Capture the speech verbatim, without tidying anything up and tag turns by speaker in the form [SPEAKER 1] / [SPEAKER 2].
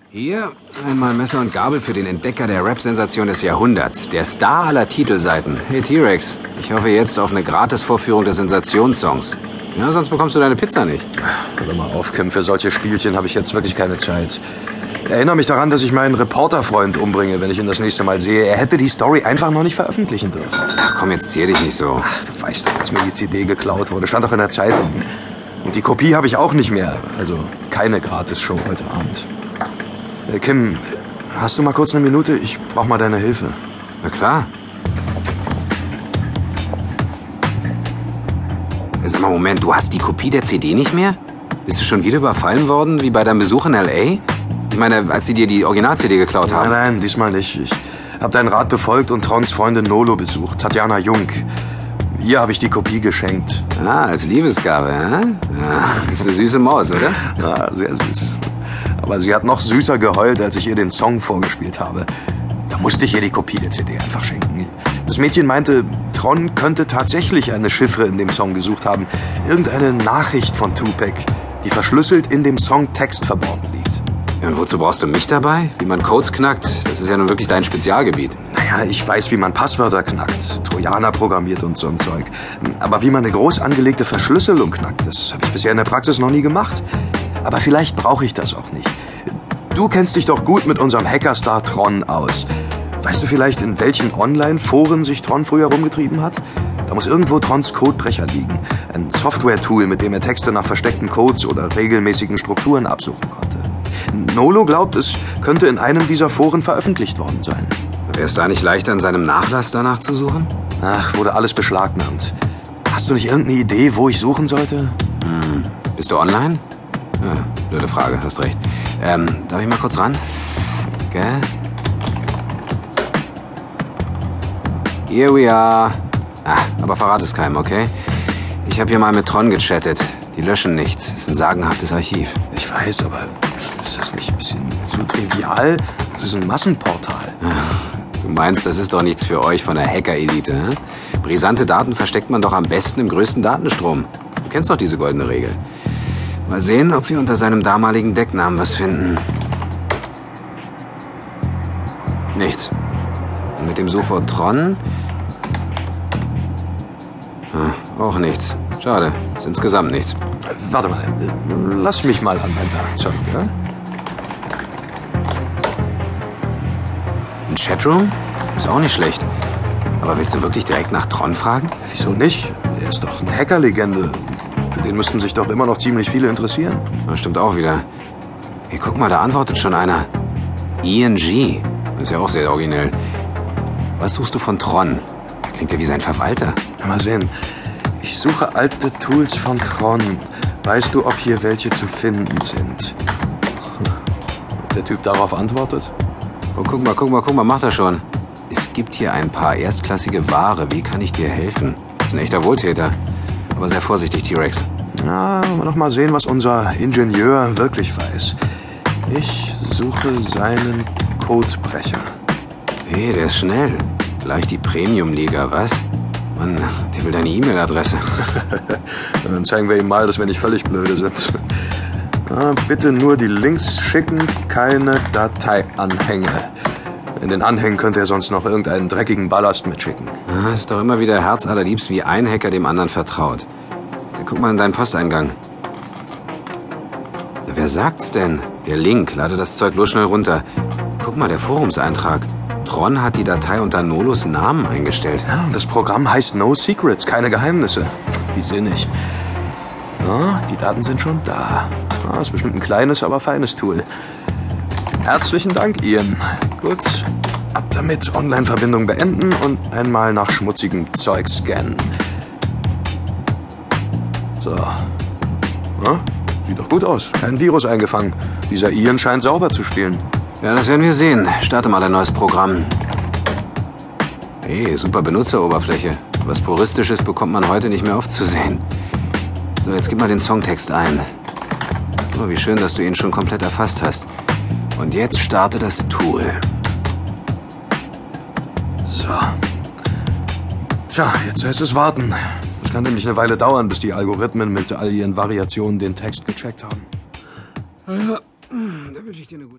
[SPEAKER 1] Hier einmal Messer und Gabel für den Entdecker der Rap-Sensation des Jahrhunderts. Der Star aller Titelseiten. Hey T-Rex, ich hoffe jetzt auf eine Gratis-Vorführung des Sensationssongs. Ja, sonst bekommst du deine Pizza nicht.
[SPEAKER 2] Hör mal auf, Kim, für solche Spielchen habe ich jetzt wirklich keine Zeit. Erinnere mich daran, dass ich meinen Reporterfreund umbringe, wenn ich ihn das nächste Mal sehe. Er hätte die Story einfach noch nicht veröffentlichen dürfen.
[SPEAKER 1] Ach komm, jetzt zier dich nicht so.
[SPEAKER 2] Ach, du weißt doch, dass mir die C D geklaut wurde. Stand doch in der Zeitung. Und die Kopie habe ich auch nicht mehr. Also keine Gratis-Show heute Abend. Äh, Kim, hast du mal kurz eine Minute? Ich brauche mal deine Hilfe.
[SPEAKER 1] Na klar. Sag mal, Moment, du hast die Kopie der C D nicht mehr? Bist du schon wieder überfallen worden, wie bei deinem Besuch in L A? Ich meine, als sie dir die Original-C D geklaut haben.
[SPEAKER 2] Nein, nein, diesmal nicht. Ich habe deinen Rat befolgt und Trons Freundin Nolo besucht, Tatjana Jung. Ihr habe ich die Kopie geschenkt.
[SPEAKER 1] Ah, als Liebesgabe, hä? Ja, ist eine süße Maus, oder?
[SPEAKER 2] Ja, sehr süß. Aber sie hat noch süßer geheult, als ich ihr den Song vorgespielt habe. Da musste ich ihr die Kopie der C D einfach schenken. Das Mädchen meinte, Tron könnte tatsächlich eine Chiffre in dem Song gesucht haben. Irgendeine Nachricht von Tupac, die verschlüsselt in dem Songtext verborgen liegt.
[SPEAKER 1] Ja, und wozu brauchst du mich dabei? Wie man Codes knackt? Das ist ja nun wirklich dein Spezialgebiet.
[SPEAKER 2] Naja, ich weiß, wie man Passwörter knackt, Trojaner programmiert und so ein Zeug. Aber wie man eine groß angelegte Verschlüsselung knackt, das habe ich bisher in der Praxis noch nie gemacht. Aber vielleicht brauche ich das auch nicht. Du kennst dich doch gut mit unserem Hackerstar Tron aus. Weißt du vielleicht, in welchen Online-Foren sich Tron früher rumgetrieben hat? Da muss irgendwo Trons Codebrecher liegen. Ein Software-Tool, mit dem er Texte nach versteckten Codes oder regelmäßigen Strukturen absuchen konnte. Nolo glaubt, es könnte in einem dieser Foren veröffentlicht worden sein.
[SPEAKER 1] Wäre es da nicht leichter, in seinem Nachlass danach zu suchen?
[SPEAKER 2] Ach, wurde alles beschlagnahmt. Hast du nicht irgendeine Idee, wo ich suchen sollte?
[SPEAKER 1] Hm. Bist du online? Ja, blöde Frage, hast recht. Ähm, darf ich mal kurz ran? Gell? Here we are. Ah, aber verrat es keinem, okay? Ich habe hier mal mit Tron gechattet. Die löschen nichts. Ist ein sagenhaftes Archiv.
[SPEAKER 2] Ich weiß, aber ist das nicht ein bisschen zu trivial? Das ist ein Massenportal.
[SPEAKER 1] Du meinst, das ist doch nichts für euch von der Hacker-Elite, hm? Brisante Daten versteckt man doch am besten im größten Datenstrom. Du kennst doch diese goldene Regel. Mal sehen, ob wir unter seinem damaligen Decknamen was finden. Nichts. Und mit dem Suchwort Tron? Ah, auch nichts. Schade, ist insgesamt nichts.
[SPEAKER 2] Warte mal, lass mich mal an mein Werkzeug, ja?
[SPEAKER 1] Ein Chatroom? Ist auch nicht schlecht. Aber willst du wirklich direkt nach Tron fragen?
[SPEAKER 2] Wieso nicht? Er ist doch eine Hackerlegende. Für den müssten sich doch immer noch ziemlich viele interessieren.
[SPEAKER 1] Das stimmt auch wieder. Hey, guck mal, da antwortet schon einer. Ian G. Das ist ja auch sehr originell. Was suchst du von Tron? Klingt ja wie sein Verwalter.
[SPEAKER 2] Mal sehen. Ich suche alte Tools von Tron. Weißt du, ob hier welche zu finden sind? Der Typ darauf antwortet?
[SPEAKER 1] Oh, guck mal, guck mal, guck mal, macht er schon. Es gibt hier ein paar erstklassige Ware. Wie kann ich dir helfen? Das ist ein echter Wohltäter. Aber sei vorsichtig, T-Rex.
[SPEAKER 2] Na, wollen wir noch mal sehen, was unser Ingenieur wirklich weiß. Ich suche seinen Codebrecher.
[SPEAKER 1] Hey, der ist schnell. Gleich die Premium-Liga, was? Mann, der will deine E-Mail-Adresse.
[SPEAKER 2] Dann zeigen wir ihm mal, dass wir nicht völlig blöde sind. Ah, bitte nur die Links schicken, keine Dateianhänge. In den Anhängen könnte er sonst noch irgendeinen dreckigen Ballast mitschicken.
[SPEAKER 1] Ah, ist doch immer wieder herzallerliebst, wie ein Hacker dem anderen vertraut. Ja, guck mal in deinen Posteingang. Na, wer sagt's denn? Der Link, lade das Zeug bloß schnell runter. Guck mal, der Forumseintrag. Tron hat die Datei unter Nolos Namen eingestellt.
[SPEAKER 2] Ja, und das Programm heißt No Secrets, keine Geheimnisse. Wie sinnig. Ja, die Daten sind schon da. Ja, ist bestimmt ein kleines, aber feines Tool. Herzlichen Dank, Ian. Gut, ab damit. Online-Verbindung beenden und einmal nach schmutzigem Zeug scannen. So. Ja, sieht doch gut aus. Kein Virus eingefangen. Dieser Ian scheint sauber zu spielen.
[SPEAKER 1] Ja, das werden wir sehen. Starte mal ein neues Programm. Hey, super Benutzeroberfläche. Was Puristisches bekommt man heute nicht mehr oft zu sehen. So, jetzt gib mal den Songtext ein. Oh, wie schön, dass du ihn schon komplett erfasst hast. Und jetzt starte das Tool.
[SPEAKER 2] So. Tja, jetzt heißt es warten. Es kann nämlich eine Weile dauern, bis die Algorithmen mit all ihren Variationen den Text gecheckt haben.
[SPEAKER 1] Ja, da wünsche ich dir eine gute...